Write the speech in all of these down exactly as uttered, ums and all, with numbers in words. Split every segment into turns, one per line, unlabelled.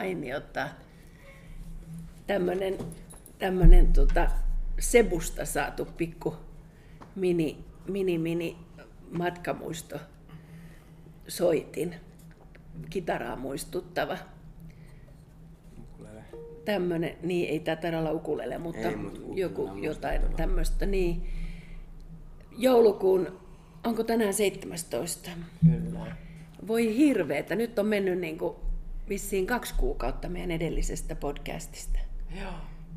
mainiota. Tämmönen, tämmönen tota Sebusta saatu pikku mini, mini, mini matkamuisto soitin. Kitaraa muistuttava.
Ukulele.
Tämmönen, niin ei tää taida olla ukulele, mutta
ei, mut
joku jotain tämmöstä. Niin. Joulukuun, onko tänään seitsemästoista?
Kyllä.
Voi hirveetä, nyt on mennyt niinku vissiin kaksi kuukautta meidän edellisestä podcastista.
Joo.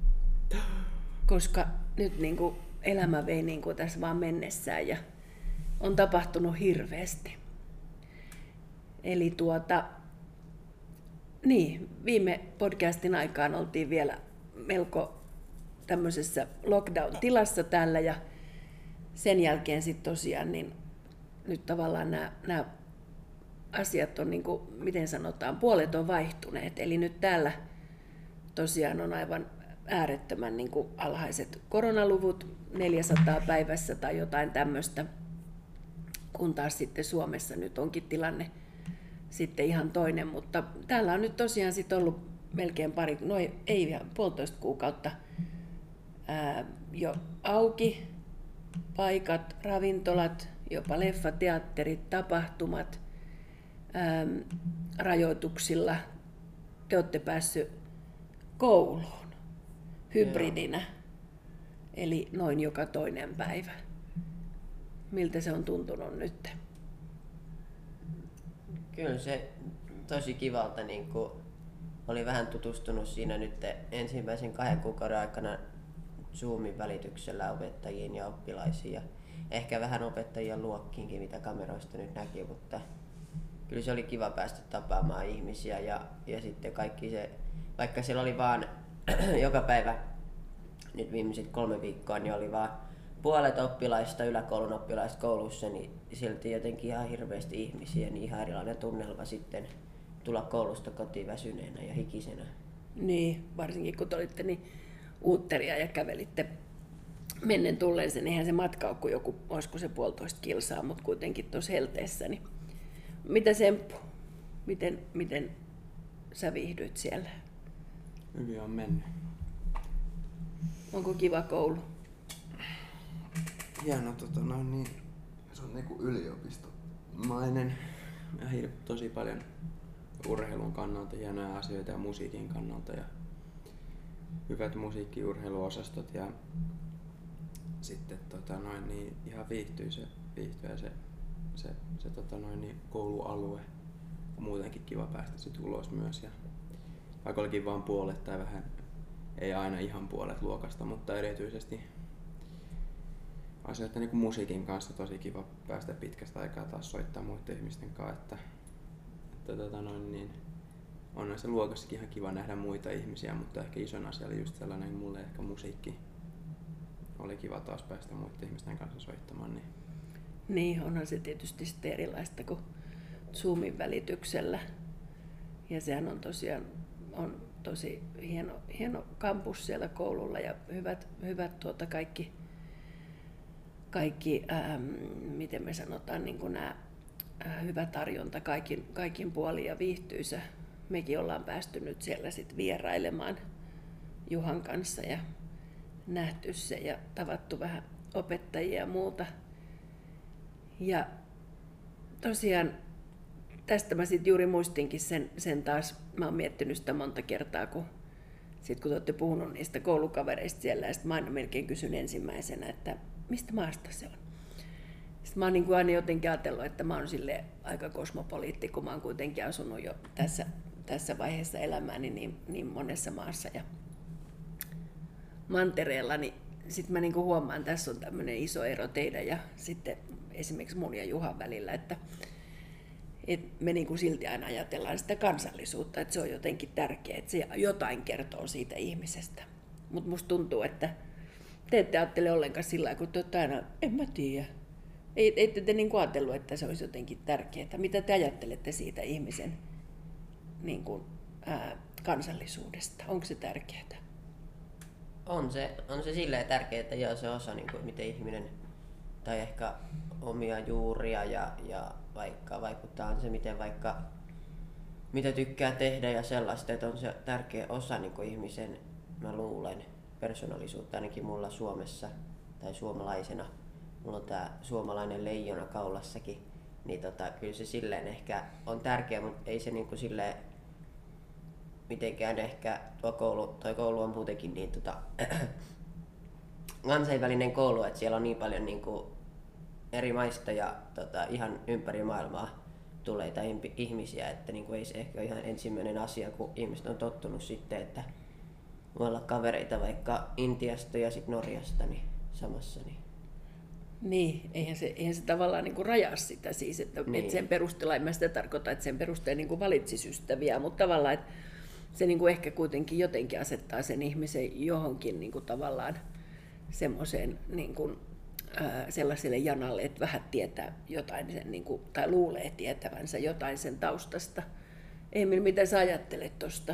Koska nyt niinku elämä vei niinku tässä vaan mennessään ja on tapahtunut hirveästi. Eli tuota, niin, viime podcastin aikaan oltiin vielä melko tämmöisessä lockdown-tilassa täällä ja sen jälkeen sitten tosiaan niin nyt tavallaan nämä, nämä asiat on niin kuin, miten sanotaan, puolet on vaihtuneet. Eli nyt täällä tosiaan on aivan äärettömän niin kuin alhaiset koronaluvut, neljäsataa päivässä tai jotain tämmöistä, kun taas sitten Suomessa nyt onkin tilanne sitten ihan toinen, mutta täällä on nyt tosiaan sitten ollut melkein pari, no ei, ei vielä puolitoista kuukautta ää, jo auki, paikat, ravintolat, jopa leffateatterit, tapahtumat, ää, rajoituksilla. Te olette päässyt kouluun hybridinä, eli noin joka toinen päivä. Miltä se on tuntunut nyt?
Kyllä se tosi kivalta, niin kun oli vähän tutustunut siinä nyt ensimmäisen kahden kuukauden aikana Zoomin välityksellä opettajiin ja oppilaisiin ja ehkä vähän opettajien luokkiinkin, mitä kameroista nyt näki, mutta kyllä se oli kiva päästä tapaamaan ihmisiä ja, ja sitten kaikki se, vaikka siellä oli vaan joka päivä nyt viimeiset kolme viikkoa, niin oli vaan puolet oppilaista, yläkoulun oppilaista koulussa, niin silti jotenkin ihan hirveästi ihmisiä, niin ihan erilainen tunnelma sitten tulla koulusta kotiin väsyneenä ja hikisenä.
Niin, varsinkin kun te olitte niin uutteria ja kävelitte mennen tulleen sen, eihän se matka ole kuin joku, olisiko se puolitoista kilsaa, mutta kuitenkin tuossa helteessä. Niin mitä Semppu, miten, miten sä viihdyit siellä?
Hyvin on mennyt.
Onko kiva koulu?
Hieno, tota, no, niin, se on niinku yliopistomainen ja hir- tosi paljon urheilun kannalta hienoja asioita ja musiikin kannalta ja hyvät musiikkiurheiluosastot ja sitten tota, noin, niin, ihan viihtyy se, viihtyy ja se, se, se tota, noin, niin, koulualue on muutenkin kiva päästä sit ulos myös ja vaikka olikin vaan puolet tai vähän, ei aina ihan puolet luokasta, mutta erityisesti asioita niin kuin musiikin kanssa tosi kiva päästä pitkästä aikaa taas soittaa muiden ihmisten kanssa, että, että tota noin, niin, on se luokassakin ihan kiva nähdä muita ihmisiä, mutta ehkä ison asia oli just sellainen, mulle ehkä musiikki oli kiva taas päästä muiden ihmisten kanssa soittamaan. Niin,
niin onhan se tietysti sitten erilaista kuin Zoomin välityksellä ja sehän on tosiaan on tosi hieno, hieno kampus siellä koululla ja hyvät, hyvät tuota kaikki kaikki, ähm, miten me sanotaan, niin kuin nämä äh, hyvä tarjonta kaikin, kaikin puolin ja viihtyisä. Mekin ollaan päästy nyt siellä sit vierailemaan Juhan kanssa ja nähty se ja tavattu vähän opettajia ja muuta. Ja tosiaan tästä mä sit juuri muistinkin sen, sen taas, mä oon miettinyt sitä monta kertaa, kun sit kun te olette puhunut niistä koulukavereista siellä ja sit mä aina melkein kysyn ensimmäisenä, että mistä maasta se on? Sitten mä oon niin kuin aina jotenkin ajatellut, että mä oon sille aika kosmopoliitti, kun mä oon kuitenkin asunut jo tässä, tässä vaiheessa elämääni niin, niin monessa maassa ja mantereella, niin sitten mä niin kuin huomaan, että tässä on tämmöinen iso ero teidän ja sitten esimerkiksi mun ja Juhan välillä, että, että me niin kuin silti aina ajatellaan sitä kansallisuutta, että se on jotenkin tärkeää, että se jotain kertoo siitä ihmisestä. Mutta musta tuntuu, että te ette ajattele ollenkaan sillä lailla, kun te olette aina, en mä tiedä. Ei, ette te niin kuin ajatellut, että se olisi jotenkin tärkeää. Mitä te ajattelette siitä ihmisen niin kuin, ää, kansallisuudesta? Onko se tärkeää?
On se, on se silleen tärkeää, että joo, se osa, niin kuin, miten ihminen, tai ehkä omia juuria ja, ja vaikka vaikuttaa on se, miten vaikka mitä tykkää tehdä ja sellaista, että on se tärkeä osa niin kuin ihmisen, mä luulen, persoonallisuutta ainakin mulla Suomessa tai suomalaisena. Mulla on tää suomalainen leijona kaulassakin, niin tota, kyllä se silleen ehkä on tärkeä, mutta ei se niinku silleen mitenkään ehkä tuo koulu, toi koulu on muutenkin niin tota, kansainvälinen koulu, että siellä on niin paljon niinku eri maista ja tota, ihan ympäri maailmaa tuleita ihmisiä, että niinku ei se ehkä ole ihan ensimmäinen asia, kun ihmiset on tottunut sitten, että voi olla kavereita vaikka Intiasta ja sit Norjasta niin samassa. Niin.
Niin, eihän se, eihän se tavallaan niin kuin rajaa sitä siis, että, niin. että sen perusteella, en mä sitä tarkoita, että sen perusteella niin kuin valitsisi ystäviä, mutta tavallaan, että se niin kuin ehkä kuitenkin jotenkin asettaa sen ihmisen johonkin niin kuin tavallaan semmoiseen niin kuin, ää, sellaiselle janalle, että vähän tietää jotain sen, niin kuin, tai luulee tietävänsä jotain sen taustasta. Emil, mitä sä ajattelet tosta?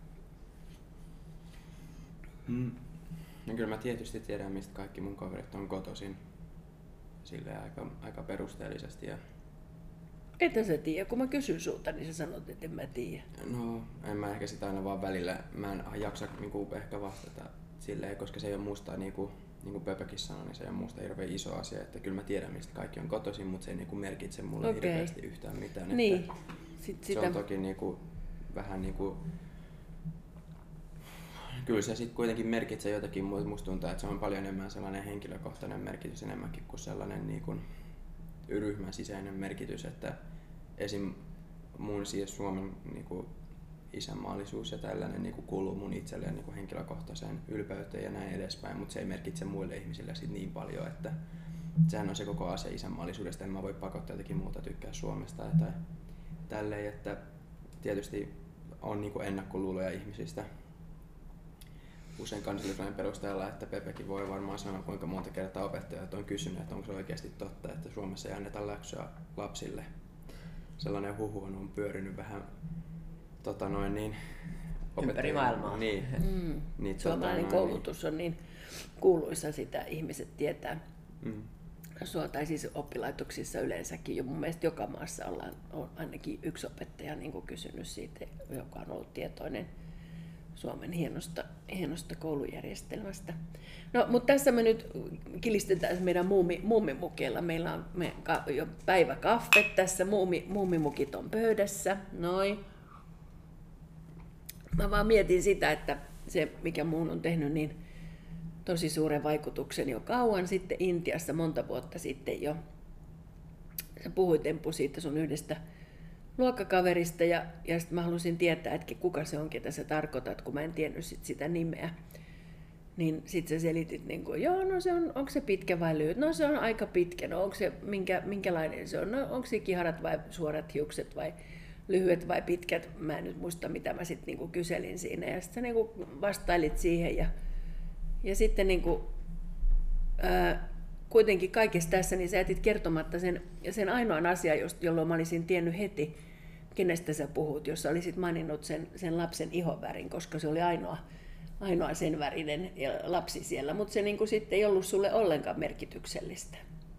Mm. No kyllä mä tietysti tiedän, mistä kaikki mun kaverit on kotoisin. Silleen aika, aika perusteellisesti. Ja...
Etä sä tiedä, kun mä kysyn sulta, niin sä sanot, että en mä tiedä.
No, en mä ehkä sitä aina vaan välillä, mä en jaksa niinku ehkä vastata silleen, koska se ei ole musta, niinku, niin kuin Pöpökin sanoi, niin se ei ole musta hirveän iso asia. Että kyllä mä tiedän, mistä kaikki on kotoisin, mutta se ei niinku merkitse mulle okay. hirveästi yhtään mitään.
Niin.
Että
Sit
se
sitä...
on toki niinku, vähän niinku... Kyllä se sitten kuitenkin merkitsee jotakin, mutta musta tuntuu, että se on paljon enemmän sellainen henkilökohtainen merkitys enemmänkin kuin sellainen niin kuin ryhmän sisäinen merkitys, että esim. Mun siis Suomen niin kuin isänmaallisuus ja tällainen niin kuin kuuluu mun itselleen niin kuin henkilökohtaiseen ylpeyteen ja näin edespäin, mutta se ei merkitse muille ihmisille sit niin paljon, että sehän on se koko asia isänmaallisuudesta, en mä voi pakottaa jotakin muuta tykkää Suomesta tai tälleen, että tietysti on niin kuin ennakkoluuloja ihmisistä. Usein kansallisuuden perusteella, että Pepekin voi varmaan sanoa, kuinka monta kertaa opettajat on kysynyt, että onko se oikeasti totta, että Suomessa ei anneta läksyä lapsille. Sellainen huhu on pyörinyt vähän tota noin niin,
ympäri maailmaa.
Niin,
mm.
niin,
Suomalainen tota, koulutus niin. on niin kuuluisa, sitä ihmiset tietää.
Mm.
Sua, tai siis oppilaitoksissa yleensäkin jo mun mielestä joka maassa ollaan, on ainakin yksi opettaja niin kuin kysynyt siitä, joka on ollut tietoinen Suomen hienosta, hienosta koulujärjestelmästä. No, mutta tässä me nyt kilistetään meidän muumi, muumimukeilla. Meillä on me, ka, jo päiväkaffet tässä, muumi, muumimukit on pöydässä. Noin. Mä vaan mietin sitä, että se mikä muun on tehnyt niin tosi suuren vaikutuksen jo kauan sitten Intiassa, monta vuotta sitten jo. Sä puhuit Emppu siitä sun yhdestä luokkakaverista ja, ja sitten mä halusin tietää, että kuka se on, ketä sä tarkoitat, kun mä en tiennyt sit sitä nimeä. Niin sit sä selitit, niin kuin, joo, no se on, onko se pitkä vai lyhyt? No se on aika pitkä, no onko se, minkä, minkälainen se on? No onko se kiharat vai suorat hiukset vai lyhyet vai pitkät? Mä en nyt muista, mitä mä sitten niin kuin kyselin siinä. Ja sitten sä niin kuin vastailit siihen ja, ja sitten niin kuin, ää, kuitenkin kaikessa tässä, niin sä jätit kertomatta sen, sen ainoan asian, jolloin mä olisin tiennyt heti, kenestä sä puhut, jos sä olisit maininnut sen, sen lapsen ihonvärin, koska se oli ainoa, ainoa sen värinen lapsi siellä, mutta se niin kuin sitten ei ollut sulle ollenkaan merkityksellistä.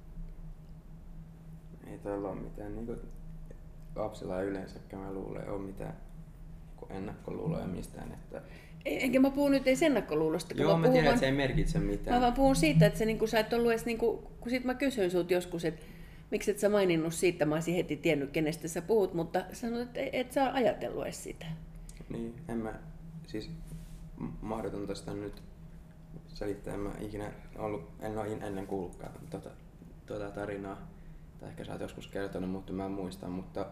Ei tuolla ole mitään, niin kuin lapsilla yleensäkään mä luulen, ole mitään niin ennakkoluuloja mistään. Että...
Enkä mä puhun nyt edes ennakkoluulosta.
Joo, mä, mä tiedän, että se ei merkitse mitään.
Mä vaan puhun siitä, että se, niin kuin, sä et ollut edes, niin kuin, kun sit mä kysyin sulta joskus, että miksi et sä maininnut siitä, mä olisin heti tiennyt, kenestä sä puhut, mutta sanoit, että et, et sä ajatellut edes sitä.
Niin, en mä, siis mahdotonta sitä nyt selittää, en mä ikinä ollut, en ole ennen kuullutkaan tota, tota tarinaa. Tai ehkä sä oot joskus kertonut, mutta mä en muista, mutta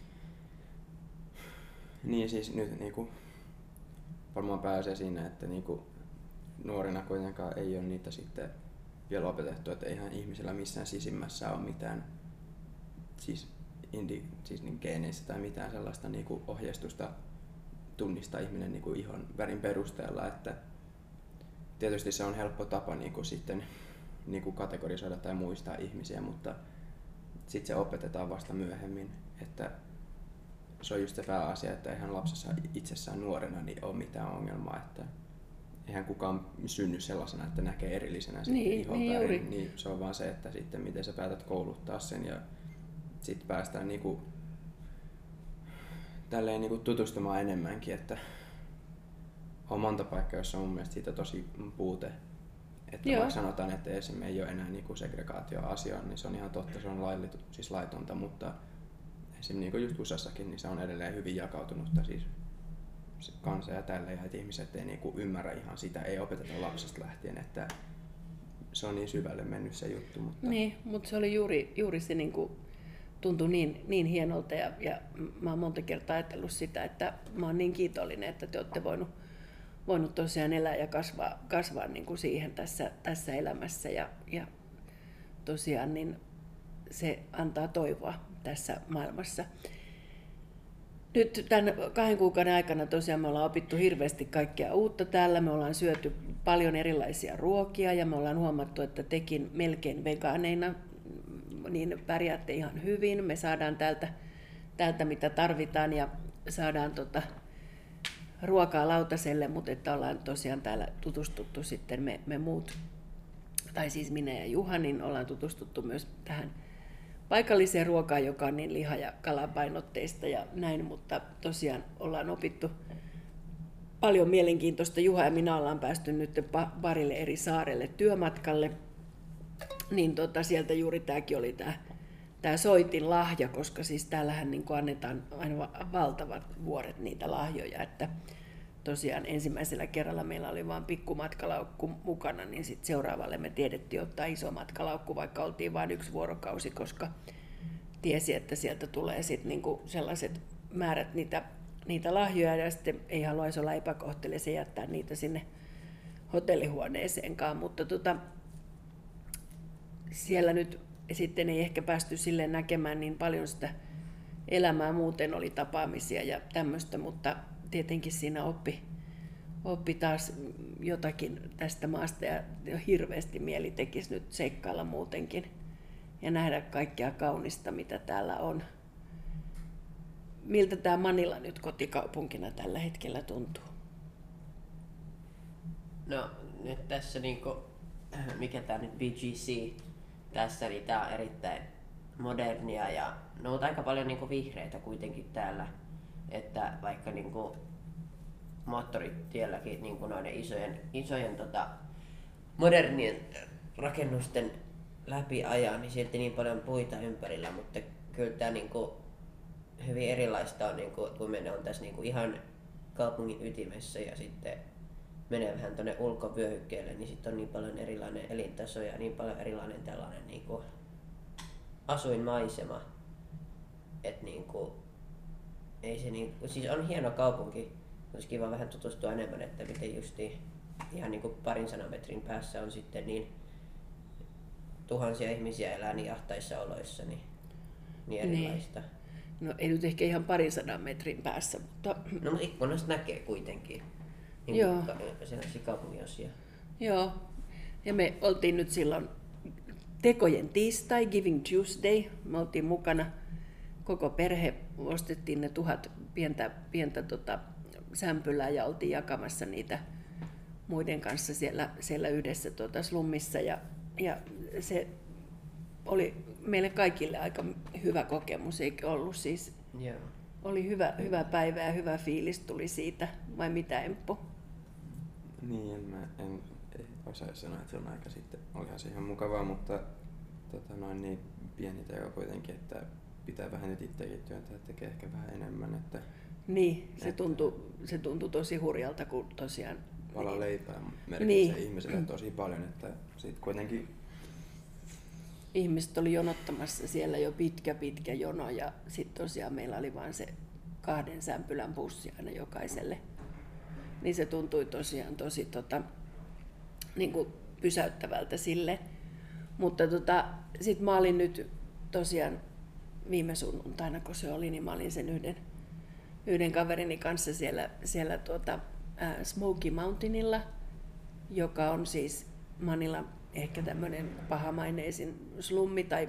niin siis nyt niinku varmaan pääsee siinä, että niinku nuorina kuitenkaan ei ole niitä sitten vielä opetettu, että eihän ihmisellä missään sisimmässä ole mitään siis, indi, siis niin geeneissä tai mitään sellaista niinku ohjeistusta tunnistaa ihminen niinku ihon värin perusteella, että tietysti se on helppo tapa niinku sitten niinku kategorisoida tai muistaa ihmisiä, mutta sitten se opetetaan vasta myöhemmin, että se on just se pääasia, että eihän lapsessa itsessään nuorena niin ole mitään ongelmaa, että eihän kukaan synny sellaisena, että näkee erillisenä
niin,
ihonvärin,
niin,
niin se on vaan se, että sitten miten sä päätät kouluttaa sen ja sitten päästään niinku tälleen niinku tutustumaan enemmänkin, että on monta paikkaa, jossa on mun mielestä siitä tosi puute. Että
Joo.
vaikka sanotaan, että esimerkiksi ei ole enää niinku segregaatioasia, niin se on ihan totta, se on laillitu, siis laitonta, mutta esimerkiksi niinku just U S A:ssakin niin se on edelleen hyvin jakautunutta siis kansa ja tälle, ja että ihmiset ei niinku ymmärrä ihan sitä, ei opeteta lapsesta lähtien, että se on niin syvälle mennyt se juttu. Mutta
Niin, mutta se oli juuri, juuri se niin kuin, tuntui niin, niin hienolta ja, ja mä oon monta kertaa ajatellut sitä, että mä oon niin kiitollinen, että te olette voinut, voinut tosiaan elää ja kasvaa, kasvaa niin kuin siihen tässä, tässä elämässä ja, ja tosiaan niin se antaa toivoa tässä maailmassa. Nyt tämän kahden kuukauden aikana tosiaan me ollaan opittu hirveästi kaikkea uutta täällä. Me ollaan syöty paljon erilaisia ruokia ja me ollaan huomattu, että tekin melkein vegaaneina niin pärjäätte ihan hyvin. Me saadaan täältä, täältä mitä tarvitaan ja saadaan tota, ruokaa lautaselle, mutta että ollaan tosiaan täällä tutustuttu sitten me, me muut, tai siis minä ja Juha, niin ollaan tutustuttu myös tähän paikalliseen ruokaan, joka on niin liha- ja kalapainotteista ja näin, mutta tosiaan ollaan opittu paljon mielenkiintoista. Juha ja minä ollaan päästy nyt parille eri saarelle työmatkalle, niin tota, sieltä juuri tämäkin oli tämä, tämä soitin lahja, koska siis täällähän niin kuin annetaan aina valtavat vuoret niitä lahjoja, että tosiaan ensimmäisellä kerralla meillä oli vain pikkumatkalaukku mukana, niin sitten seuraavalle me tiedettiin ottaa iso matkalaukku, vaikka oltiin vain yksi vuorokausi, koska tiesi, että sieltä tulee sitten niinku sellaiset määrät niitä, niitä lahjoja, ja sitten ei haluaisi olla epäkohtelias jättää niitä sinne hotellihuoneeseenkaan, mutta tota, siellä nyt sitten ei ehkä päästy silleen näkemään niin paljon sitä elämää, muuten oli tapaamisia ja tämmöistä, mutta tietenkin siinä oppi, oppi taas jotakin tästä maasta ja hirveästi mieli tekisi nyt seikkailla muutenkin ja nähdä kaikkea kaunista, mitä täällä on. Miltä tämä Manila nyt kotikaupunkina tällä hetkellä tuntuu?
No nyt tässä niinku, mikä tää nyt B G C tässä, niin tää on erittäin modernia ja no, on aika paljon niinku vihreitä kuitenkin täällä. Että vaikka niinku moottoritielläkin niinku noiden isojen, isojen tota, modernien rakennusten läpi ajaa, niin silti niin paljon puita ympärillä, mutta kyllä tämä niinku hyvin erilaista on, niinku, kun me on tässä niinku ihan kaupungin ytimessä ja sitten menee vähän tuonne ulkovyöhykkeelle, niin sitten on niin paljon erilainen elintaso ja niin paljon erilainen tällainen niinku asuinmaisema, että niinku ei se niin, siis on hieno kaupunki, olisi kiva vähän tutustua enemmän, että miten justiin ihan niin kuin parin sadan metrin päässä on sitten niin tuhansia ihmisiä elää niin ahtaissa oloissa, niin, niin erilaista.
Niin. No ei nyt ehkä ihan parin sadan metrin päässä, mutta...
No mutta ikkunasta näkee kuitenkin, niin
Joo.
sellaisia kaupunginosia.
Joo, ja me oltiin nyt silloin tekojen tiistai, Giving Tuesday, me oltiin mukana. Koko perhe ostettiin ne tuhat pientä, pientä tota, sämpylää ja oltiin jakamassa niitä muiden kanssa siellä, siellä yhdessä tota, slummissa. Ja, ja se oli meille kaikille aika hyvä kokemus, eikö ollut? Siis
Joo.
oli hyvä, hyvä päivä ja hyvä fiilis tuli siitä, vai mitä Emppu?
niin, en, mä, en ei osaisi sanoa, että se on aika sitten, olihan se ihan mukavaa, mutta tota, noin niin pieni teko kuitenkin, että pitää vähän nyt itsekin työntää, että tekee ehkä vähän enemmän. Että,
Niin, se
että
tuntui, se tuntui tosi hurjalta, kun tosiaan...
pala
niin,
leipää merkitsee
Niin.
ihmiselle tosi paljon, että sit kuitenkin
ihmiset oli jonottamassa siellä jo pitkä pitkä jono ja sitten tosiaan meillä oli vain se kahden sämpylän pussi aina jokaiselle. Niin se tuntui tosiaan tosi tota, niin kuin pysäyttävältä sille. Mutta tota, sitten mä olin nyt tosiaan viime sunnuntaina, kun se oli, niin mä olin sen yhden, yhden kaverini kanssa siellä, siellä tuota, ää, Smoky Mountainilla, joka on siis Manila ehkä tämmöinen pahamaineisin slummi, tai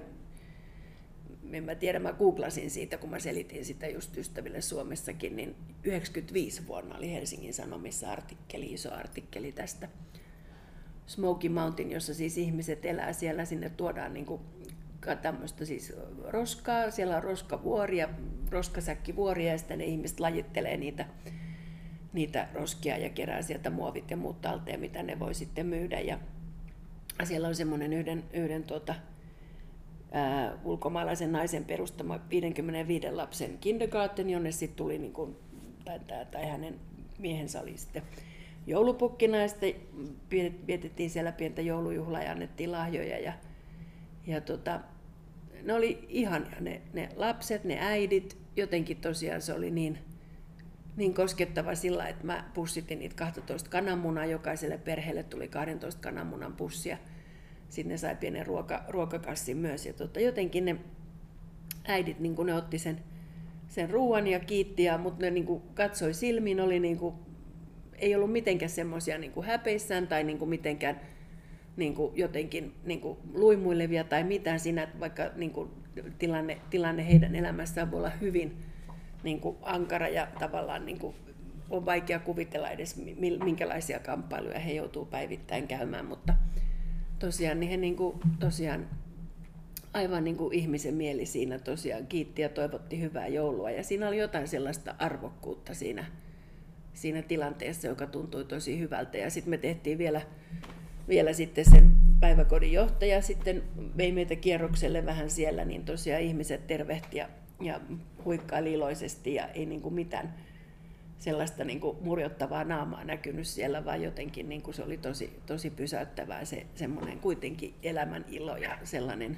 en mä tiedä, mä googlasin siitä, kun mä selitin sitä just ystäville Suomessakin, niin yhdeksänkymmentäviisi vuonna oli Helsingin Sanomissa artikkeli, iso artikkeli tästä Smoky Mountain, jossa siis ihmiset elää siellä, sinne tuodaan niinku tämmöistä siis roskaa, siellä on roskavuoria, roskasäkkivuoria ja sitten ne ihmiset lajittelee niitä, niitä roskia ja kerää sieltä muovit ja muut talteen, mitä ne voi sitten myydä. Ja siellä on semmoinen yhden, yhden tuota, ää, ulkomaalaisen naisen perustama viisikymmentäviisi lapsen kindergarten, jonne sitten tuli, niin kuin, tai, tai, tai hänen miehensä oli sitten joulupukkina ja sitten vietettiin siellä pientä joulujuhlaa ja annettiin lahjoja. Ja, ja tota, ne oli ihania ne, ne lapset, ne äidit. Jotenkin tosiaan se oli niin, niin koskettava sillä, että mä pussitin niitä kaksitoista kananmunaa. Jokaiselle perheelle tuli kaksitoista kananmunan pussia. Sitten ne sai pienen ruoka, ruokakassin myös. Ja tota, jotenkin ne äidit, niin kun ne otti sen, sen ruoan ja kiitti, ja, mutta ne niin kun katsoi silmiin, oli niin kun, ei ollut mitenkään semmoisia niin kun häpeissään tai niin kun mitenkään niin kuin jotenkin niin kuin luimuilevia tai mitään siinä, vaikka niin kuin tilanne, tilanne heidän elämässään voi olla hyvin niin kuin ankara ja tavallaan niin kuin on vaikea kuvitella edes minkälaisia kamppailuja he joutuu päivittäin käymään, mutta tosiaan niin he niin kuin, tosiaan aivan niin kuin ihmisen mieli siinä tosiaan kiitti ja toivotti hyvää joulua ja siinä oli jotain sellaista arvokkuutta siinä, siinä tilanteessa, joka tuntui tosi hyvältä ja sitten me tehtiin vielä Vielä sitten sen päiväkodin johtaja sitten vei meitä kierrokselle vähän siellä, niin tosiaan ihmiset tervehti ja, ja huikkaili iloisesti ja ei niin kuin mitään sellaista niin kuin murjottavaa naamaa näkynyt siellä, vaan jotenkin niin kuin se oli tosi, tosi pysäyttävää se semmoinen kuitenkin elämän ilo ja sellainen.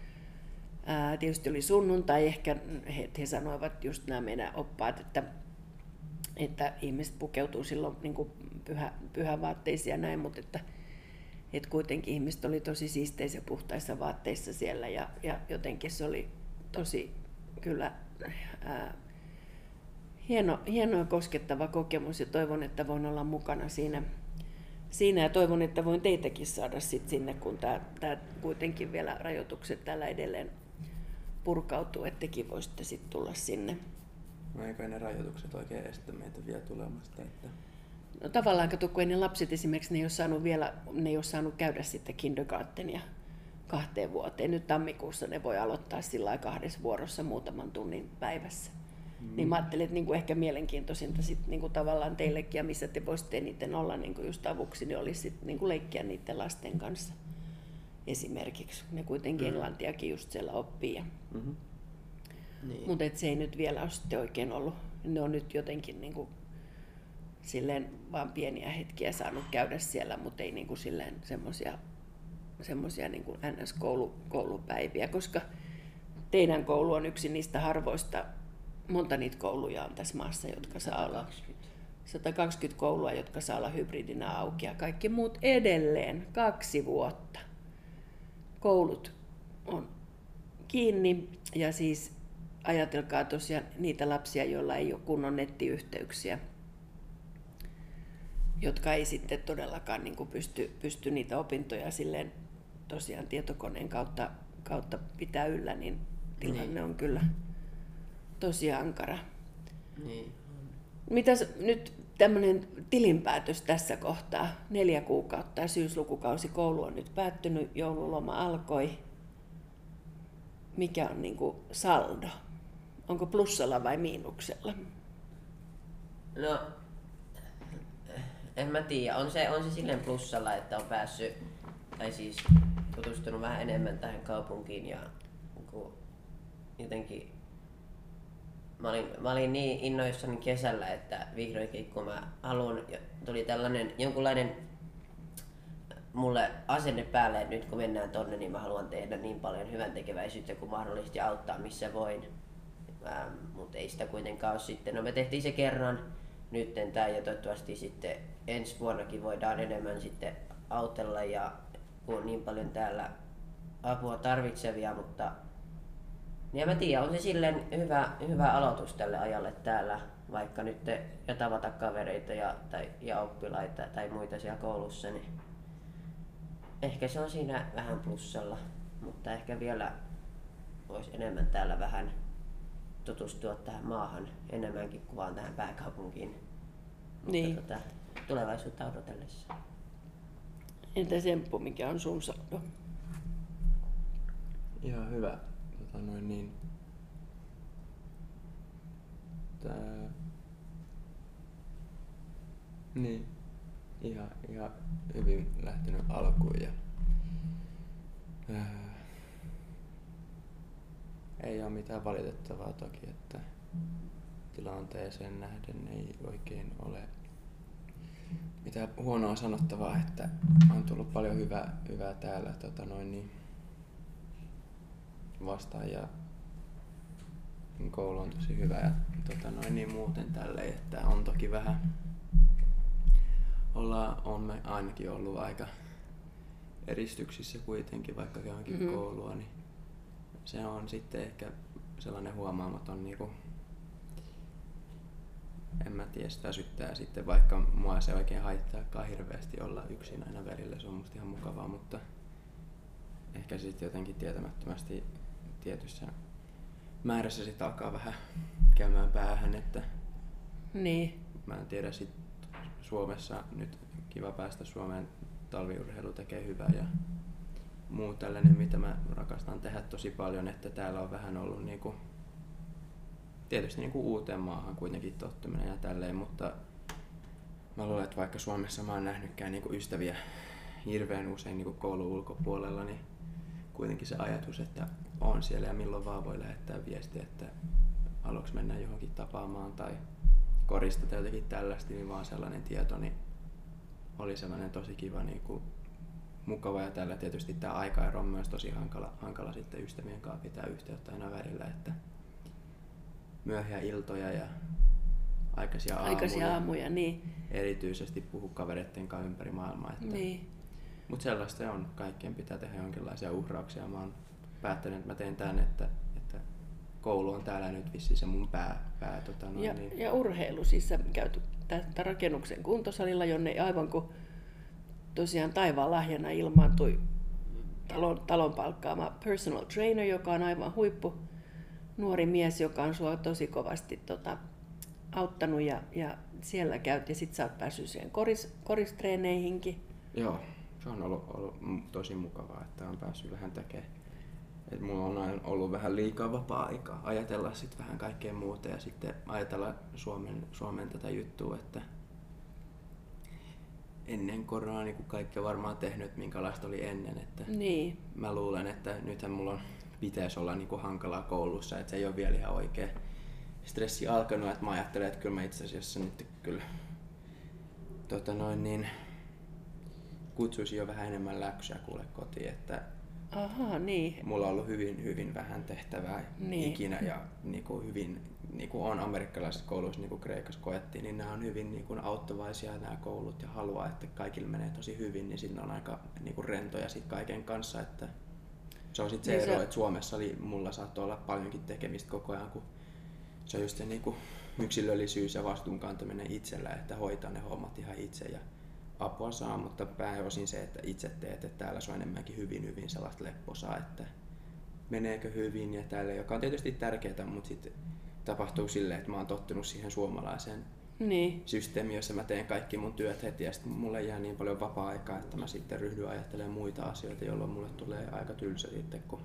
Ää, tietysti oli sunnuntai, ehkä he, he sanoivat just nämä meidän oppaat, että, että ihmiset pukeutuu silloin niin kuin pyhä, pyhävaatteisiin ja näin, mutta että että kuitenkin ihmiset oli tosi siisteissä ja puhtaissa vaatteissa siellä ja, ja jotenkin se oli tosi kyllä ää, hieno, hieno ja koskettava kokemus ja toivon, että voin olla mukana siinä, siinä ja toivon, että voin teitäkin saada sit sinne, kun tää, tää kuitenkin vielä rajoitukset täällä edelleen purkautuu, että tekin voisitte sitten tulla sinne.
No eikö ne rajoitukset oikein estä meitä vielä tulemasta? Että...
No tavallaan kato, kun ne lapset esimerkiksi ne ei ole saanut vielä, ne ei ole saanut käydä sitten kindergartenia kahteen vuoteen. Nyt tammikuussa ne voi aloittaa sillä kahdessa vuorossa muutaman tunnin päivässä. Mm. Niin mä ajattelin, että niinku ehkä mielenkiintoisinta sit niinku tavallaan teillekin ja missä te voisitte niiden olla niinku just avuksi, niin olisi sit niinku leikkiä niiden lasten kanssa esimerkiksi. Ne kuitenkin mm. englantiakin just siellä oppii. Ja...
Mm-hmm.
Niin. Mutta se ei nyt vielä ole sitten oikein ollut. Ne on nyt jotenkin niinku silleen vaan pieniä hetkiä saanut käydä siellä, mutta ei niinku silleen semmoisia semmoisia niinku N S-koulupäiviä, koska teidän koulu on yksi niistä harvoista, monta niitä kouluja on tässä maassa, jotka saa olla sata kaksikymmentä koulua, jotka saa olla hybridinä auki ja kaikki muut edelleen kaksi vuotta. Koulut on kiinni ja siis ajatelkaa tosiaan niitä lapsia, joilla ei ole kunnon nettiyhteyksiä, jotka ei sitten todellakaan niin kuin pysty, pysty niitä opintoja silleen tosiaan tietokoneen kautta, kautta pitää yllä, niin tilanne niin. on kyllä tosi ankara.
Niin.
Mitäs nyt tämmöinen tilinpäätös tässä kohtaa? Neljä kuukautta ja syyslukukausi, koulu on nyt päättynyt, joululoma alkoi. Mikä on niin kuin saldo? Onko plussalla vai miinuksella?
No, en mä tiedä. On se, on se silleen plussalla, että on päässyt, tai siis tutustunut vähän enemmän tähän kaupunkiin ja jotenkin mä olin, mä olin niin innoissani kesällä, että vihdoinkin kun mä haluan, tuli tällainen jonkunlainen mulle asenne päälle, että nyt kun mennään tonne, niin mä haluan tehdä niin paljon hyvän tekeväisyyttä kuin mahdollisesti auttaa missä voin. Ähm, mutta ei sitä kuitenkaan ole sitten. No me tehtiin se kerran nytten tää ja toivottavasti sitten ensi vuonnakin voidaan enemmän sitten autella ja kun on niin paljon täällä apua tarvitsevia, mutta ja mä tiedän, on se silleen hyvä, hyvä aloitus tälle ajalle täällä, vaikka nyt ja tavata kavereita ja, tai, ja oppilaita tai muita siellä koulussa, niin ehkä se on siinä vähän plussalla, mutta ehkä vielä voisi enemmän täällä vähän tutustua tähän maahan enemmänkin kuin vaan tähän pääkaupunkiin.
Niin.
Mutta, tota, tulevaisuutta odotellessa.
Entä Semppu, mikä on sun saldo?
Ihan hyvä. Tota noin niin. Mutta niin, ihan, ihan hyvin lähtenyt alkuun ja ää, ei ole mitään valitettavaa toki, että tilanteeseen nähden ei oikein ole mitään huonoa sanottavaa, että on tullut paljon hyvää, hyvää täällä tota noin, niin vastaan ja koulu on tosi hyvä ja tota noin, niin muuten tälleen, että on toki vähän ollaan, on me ainakin ollut aika eristyksissä kuitenkin, vaikka johonkin mm-hmm. koulua, niin se on sitten ehkä sellainen huomaamaton niinku, en mä tiedä, sitä väsyttää sitten, vaikka mua se oikein haittaakaan hirveästi olla yksin aina välillä, se on musta ihan mukavaa, mutta ehkä sitten jotenkin tietämättömästi tietyssä määrässä sit alkaa vähän käymään päähän, että
niin.
Mä en tiedä, sit Suomessa nyt kiva päästä Suomeen, talviurheilu tekee hyvää ja muu tällainen, mitä mä rakastan tehdä tosi paljon, että täällä on vähän ollut niinku, tietysti niinku uuteen maahan kuitenkin tottuminen ja tälleen, mutta mä luulen, että vaikka Suomessa mä oon nähnytkään niinku ystäviä hirveän usein niinku koulun ulkopuolella, niin kuitenkin se ajatus, että on siellä ja milloin vaan voi lähettää viestiä, että haluatko mennä johonkin tapaamaan tai koristeta jotenkin tällaista, niin vaan sellainen tieto, niin oli sellainen tosi kiva, niin kuin, mukava ja tällä tietysti tämä aikaero on myös tosi hankala, hankala sitten ystävien kanssa pitää yhteyttä aina välillä, että myöhäisiä iltoja ja aikaisia aamuja,
aikaisia aamuja niin.
Erityisesti puhu kavereiden kanssa ympäri maailmaa. Että
niin.
Mutta sellaista on, kaikkien pitää tehdä jonkinlaisia uhrauksia. Mä oon päättänyt, että mä teen tän, että, että koulu on täällä nyt vissiin se mun pää. pää tota noin,
ja,
niin.
ja urheilu, siis sä käyty tästä rakennuksen kuntosalilla, jonne aivan kuin tosiaan taivaan lahjana ilmaantui talon, talon palkkaama personal trainer, joka on aivan huippu nuori mies, joka on sua tosi kovasti tota, auttanut ja, ja siellä käyt ja sit sä oot päässyt siihen koris, koristreeneihinkin.
Joo, se on ollut, ollut tosi mukavaa, että on päässyt vähän tekemään. Et mulla on aina ollut vähän liikaa vapaa-aikaa ajatella sit vähän kaikkea muuta ja sitten ajatella Suomen, Suomen tätä juttua, että ennen koronaa niin kuin kaikki on varmaan tehnyt, että minkälaista oli ennen. Että
niin.
Mä luulen, että nythän mulla on, pitäisi olla niin kuin hankalaa koulussa, että se ei ole vielä ihan oikein stressi alkanut, että mä ajattelen, että kyllä mä itse asiassa nyt kyllä tota noin niin, kutsuisin jo vähän enemmän läksyä kuule kotiin, että
aha, niin.
mulla on ollut hyvin, hyvin vähän tehtävää niin. ikinä ja niin kuin hyvin, niin kuin on amerikkalaisissa kouluissa, niin kuin Kreikassa koettiin, niin nämä on hyvin niin kuin auttavaisia nämä koulut ja haluaa, että kaikille menee tosi hyvin, niin sitten on aika niin kuin rentoja sit kaiken kanssa, että se on sitten se niin ero, se... että Suomessa oli, mulla saattoi olla paljonkin tekemistä koko ajan, kun se on just se niin kuin yksilöllisyys ja vastuunkantaminen itsellä, että hoitaa ne hommat ihan itse ja apua saa, mutta pääosin se, että itse teet, että täällä se on enemmänkin hyvin, hyvin sellaista lepposaa, että meneekö hyvin ja tälle, joka on tietysti tärkeää, mutta sitten tapahtuu silleen, että mä oon tottunut siihen suomalaiseen
niin.
systeemiin, jossa mä teen kaikki mun työt heti ja sitten mulle jää niin paljon vapaa-aikaa, että mä sitten ryhdyn ajattelemaan muita asioita, jolloin mulle tulee aika tylsä sitten, kun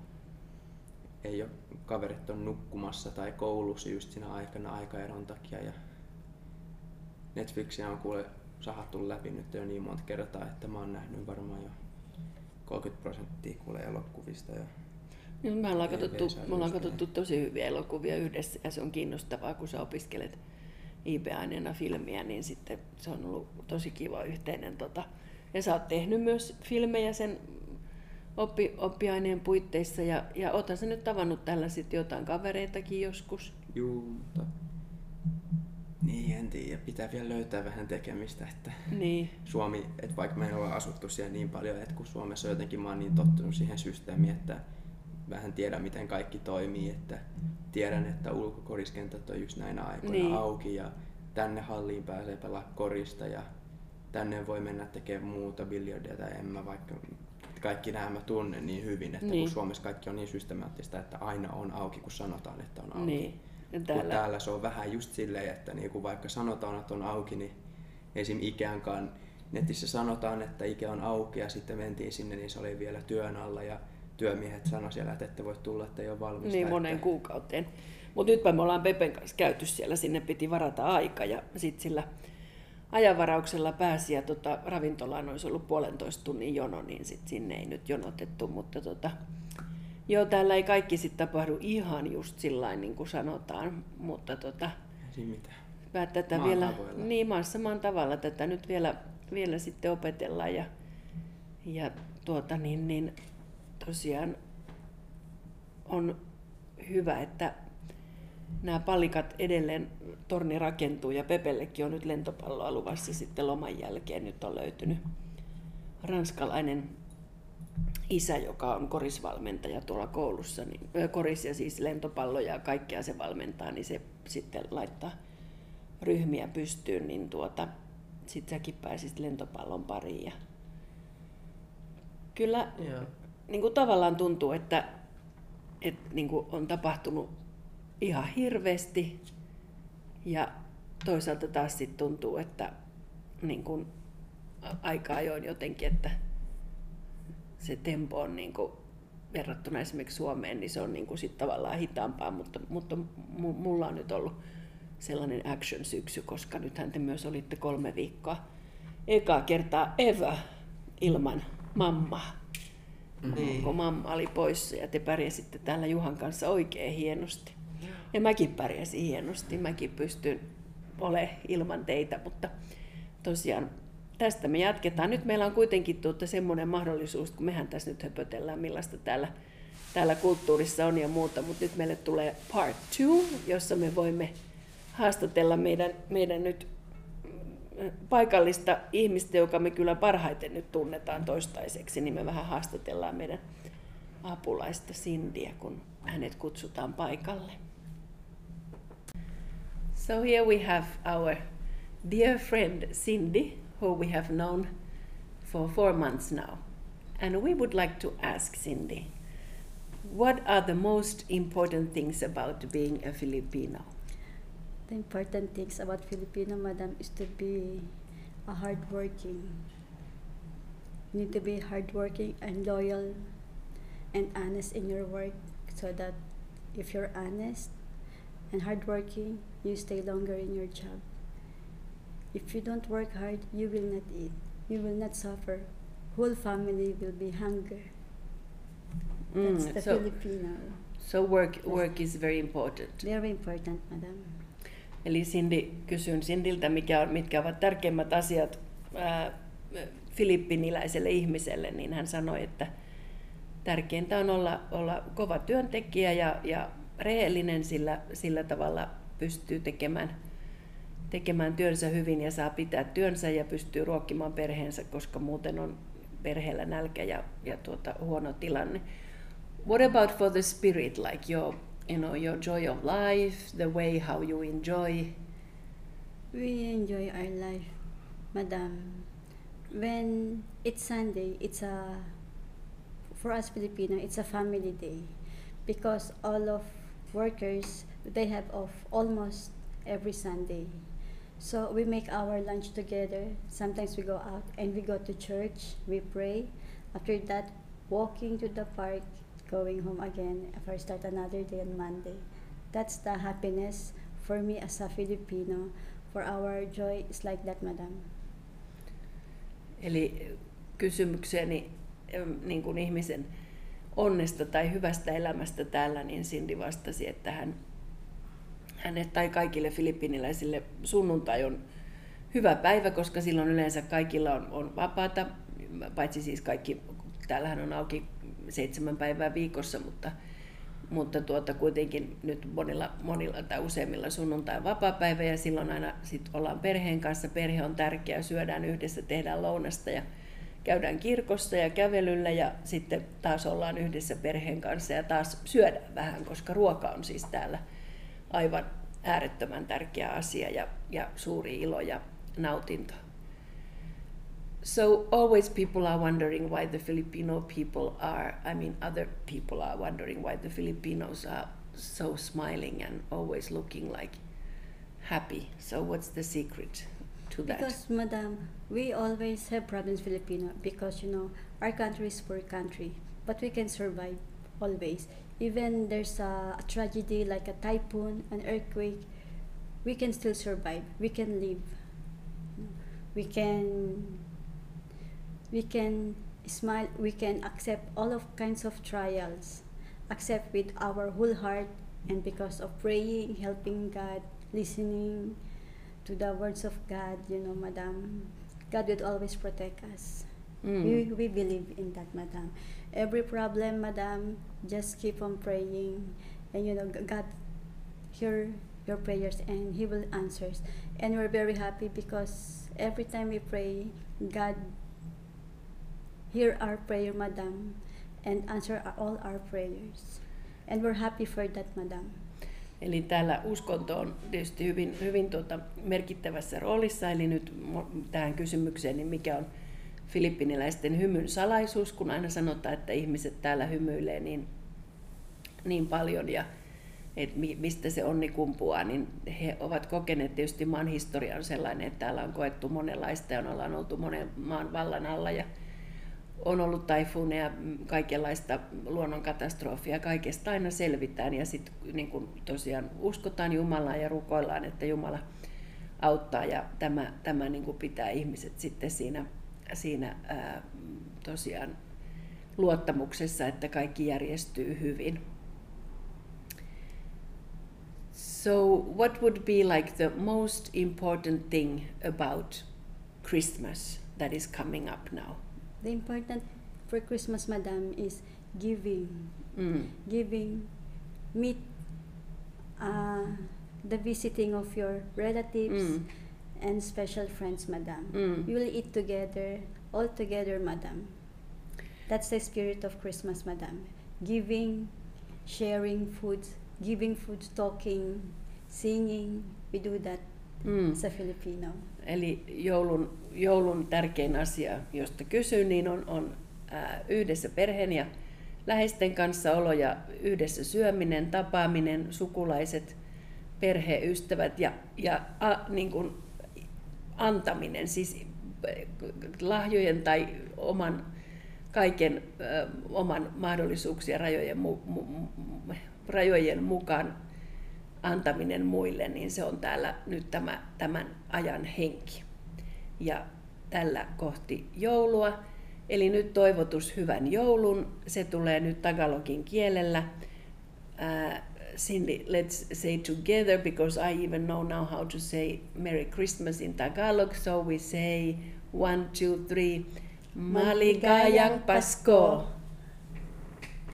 ei ole kaverit on nukkumassa tai koulussa just siinä aikana aikaeron takia ja Netflixiä on kuule sahattu läpi nyt jo niin monta kertaa, että mä oon nähnyt varmaan jo kolmekymmentä prosenttia kuule elokuvista. Ja
niin, me ollaan katsottu, me ollaan katsottu tosi hyviä elokuvia yhdessä ja se on kiinnostavaa, kun sä opiskelet I B-aineena filmiä, niin sitten se on ollut tosi kiva yhteinen. Tota. Ja sä oot tehnyt myös filmejä sen oppi, oppiaineen puitteissa ja, ja oothan sä nyt tavannut tällä sitten jotain kavereitakin joskus.
Juu, mutta niin, en tiedä. Pitää vielä löytää vähän tekemistä, että
niin.
Suomi, että vaikka me ei ole asuttu siellä niin paljon, että kun Suomessa jotenkin mä oon niin tottunut siihen systeemiin, että vähän tiedän miten kaikki toimii, että tiedän, että ulkokoriskentät on just näinä aikoina niin. auki ja tänne halliin pääsee pelaa korista ja tänne voi mennä tekemään muuta biljardia tai en mä vaikka kaikki nämä mä tunnen niin hyvin, että niin. kun Suomessa kaikki on niin systemaattista, että aina on auki, kun sanotaan, että on auki.
Niin. Täällä.
Kun täällä se on vähän just silleen, että niinku vaikka sanotaan, että on auki, niin esim. Ikeankaan netissä sanotaan, että Ike on auki ja sitten mentiin sinne, niin se oli vielä työn alla ja työmiehet sanoi siellä, että ette voi tulla, että ei ole valmista.
Niin
että
monen kuukauteen. Mutta nytpä me ollaan Pepen kanssa käyty siellä, sinne piti varata aika ja sitten sillä ajanvarauksella pääsi ja tota, ravintolaan olisi ollut puolentoista tunnin jono, niin sit sinne ei nyt jonotettu, mutta tota, joo, täällä ei kaikki sitten tapahdu ihan just sillain niin kuin sanotaan, mutta tota, tätä
maan
vielä,
tavoilla.
niin maassa maan tavalla tätä nyt vielä, vielä sitten opetellaan ja, ja tuota niin, niin tosiaan on hyvä, että nämä palikat edelleen, torni rakentuu ja Pepellekin on nyt lentopalloa luvassa sitten loman jälkeen. Nyt on löytynyt ranskalainen isä, joka on korisvalmentaja tuolla koulussa, niin, koris ja siis lentopalloja ja kaikkea se valmentaa, niin se sitten laittaa ryhmiä pystyyn, niin tuota, sitten säkin pääsisit lentopallon pariin. Ja kyllä niin kuin tavallaan tuntuu, että, että niin kuin on tapahtunut ihan hirveästi ja toisaalta taas sit tuntuu, että niin kuin aika ajoin jotenkin, että se tempo on niin kuin verrattuna esimerkiksi Suomeen, niin se on niin kuin sit tavallaan hitaampaa, mutta, mutta mulla on nyt ollut sellainen action-syksy, koska nythän te myös olitte kolme viikkoa ekaa kertaa ever ilman mammaa. Niin. Kun mamma oli poissa ja te pärjäsitte täällä Juhan kanssa oikein hienosti. Ja mäkin pärjäsin hienosti, mäkin pystyn olemaan ilman teitä, mutta tosiaan tästä me jatketaan. Nyt meillä on kuitenkin tuota semmoinen mahdollisuus, kun mehän tässä nyt höpötellään, millaista täällä, täällä kulttuurissa on ja muuta, mutta nyt meille tulee part two, jossa me voimme haastatella meidän, meidän nyt paikallista ihmistä, joka me kyllä parhaiten nyt tunnetaan toistaiseksi, niin me vähän haastatellaan meidän apulaista Cindyä, kun hänet kutsutaan paikalle. So here we have our dear friend Cindy, who we have known for four months now. And we would like to ask Cindy, what are the most important things about being a Filipino?
The important things about Filipino, madam, is to be a hardworking. You need to be hardworking and loyal and honest in your work, so that if you're honest and hardworking, you stay longer in your job. If you don't work hard, you will not eat. You will not suffer. Whole family will be hungry. That's
Mm,
the
so-
Filipino.
So work, work is very important.
Very important, madam.
Eli Cindy, kysyn Cindyltä, mikä on, mitkä ovat tärkeimmät asiat ää, filippiniläiselle ihmiselle, niin hän sanoi, että tärkeintä on olla, olla kova työntekijä ja, ja rehellinen, sillä, sillä tavalla pystyy tekemään, tekemään työnsä hyvin ja saa pitää työnsä ja pystyy ruokkimaan perheensä, koska muuten on perheellä nälkä ja, ja tuota, huono tilanne. What about for the spirit, like your, you know, your joy of life, the way how you enjoy?
We enjoy our life, madam. When it's Sunday, it's a, for us Filipino, it's a family day, because all of workers, they have off almost every Sunday. So we make our lunch together. Sometimes we go out and we go to church, we pray. After that, walking to the park, going home again for start another day on Monday. That's the happiness for me as a Filipino. For our joy is like that, madam.
Eli kysymykseeni em, niin kuin ihmisen onnesta tai hyvästä elämästä täällä, niin Cindy vastasi, että hän, hänet tai kaikille filippiniläisille sunnuntai on hyvä päivä, koska silloin yleensä kaikilla on, on vapaata, paitsi siis kaikki, täällähän on auki seitsemän päivää viikossa, mutta, mutta tuota, kuitenkin nyt monilla, monilla tai useimmilla sunnuntai on vapaapäivä ja silloin aina sit ollaan perheen kanssa. Perhe on tärkeä, syödään yhdessä, tehdään lounasta ja käydään kirkossa ja kävelyllä ja sitten taas ollaan yhdessä perheen kanssa ja taas syödään vähän, koska ruoka on siis täällä aivan äärettömän tärkeä asia ja, ja suuri ilo ja nautinto. So always people are wondering why the Filipino people are, I mean other people are wondering why the Filipinos are so smiling and always looking like happy. So what's the secret to that?
Because, madam, we always have problems, Filipino, because, you know, our country is poor country, but we can survive always. even there's a, a tragedy like a typhoon, an earthquake, we can still survive. We can live. We can we can smile. We can accept all of kinds of trials, accept with our whole heart, and because of praying, helping God, listening to the words of God, you know, Madam, God will always protect us.
Mm.
We, we believe in that, Madam. Every problem, Madam, just keep on praying, and you know, G- God hear your prayers and He will answer. And we're very happy because every time we pray, God hear our prayer, Madam, and answer our- all our prayers. And we're happy for that, Madam.
Eli täällä uskonto on tietysti hyvin, hyvin tuota, merkittävässä roolissa. Eli nyt mo- tähän kysymykseen, niin mikä on filippiniläisten hymyn salaisuus, kun aina sanotaan, että ihmiset täällä hymyilee niin, niin paljon ja et mi- mistä se onni kumpuaa, niin he ovat kokeneet, tietysti maan historia on sellainen, että täällä on koettu monenlaista ja ollaan oltu monen maan vallan alla ja on ollut taifuuneja, kaikenlaista luonnonkatastrofia, kaikesta aina selvitään ja sitten niin kun tosiaan uskotaan Jumalaan ja rukoillaan, että Jumala auttaa ja tämä, tämä niin kun pitää ihmiset sitten siinä, siinä ää, tosiaan luottamuksessa, että kaikki järjestyy hyvin. So what would be like the most important thing about Christmas that is coming up now?
The important for Christmas, Madam, is giving.
Mm.
Giving, meet uh, the visiting of your relatives
Mm.
and special friends, Madam.
Mm.
You will eat together, all together, Madam. That's the spirit of Christmas, Madam. Giving, sharing food, giving food, talking, singing. We do that
Mm.
as a Filipino.
Eli joulun, joulun tärkein asia, josta kysyn, niin on, on ää, yhdessä perheen ja läheisten kanssa olo ja yhdessä syöminen, tapaaminen, sukulaiset, perheystävät ja, ja a, niin kuin antaminen, siis lahjojen tai oman kaiken ö, oman mahdollisuuksien rajojen, mu, mu, mu, rajojen mukaan antaminen muille, niin se on täällä nyt tämä, tämän ajan henki. Ja tällä kohti joulua, eli nyt toivotus hyvän joulun, se tulee nyt tagalogin kielellä. Uh, Cindy, let's say together, because I even know now how to say Merry Christmas in Tagalog, so we say one, two, three, Maligayang Pasko!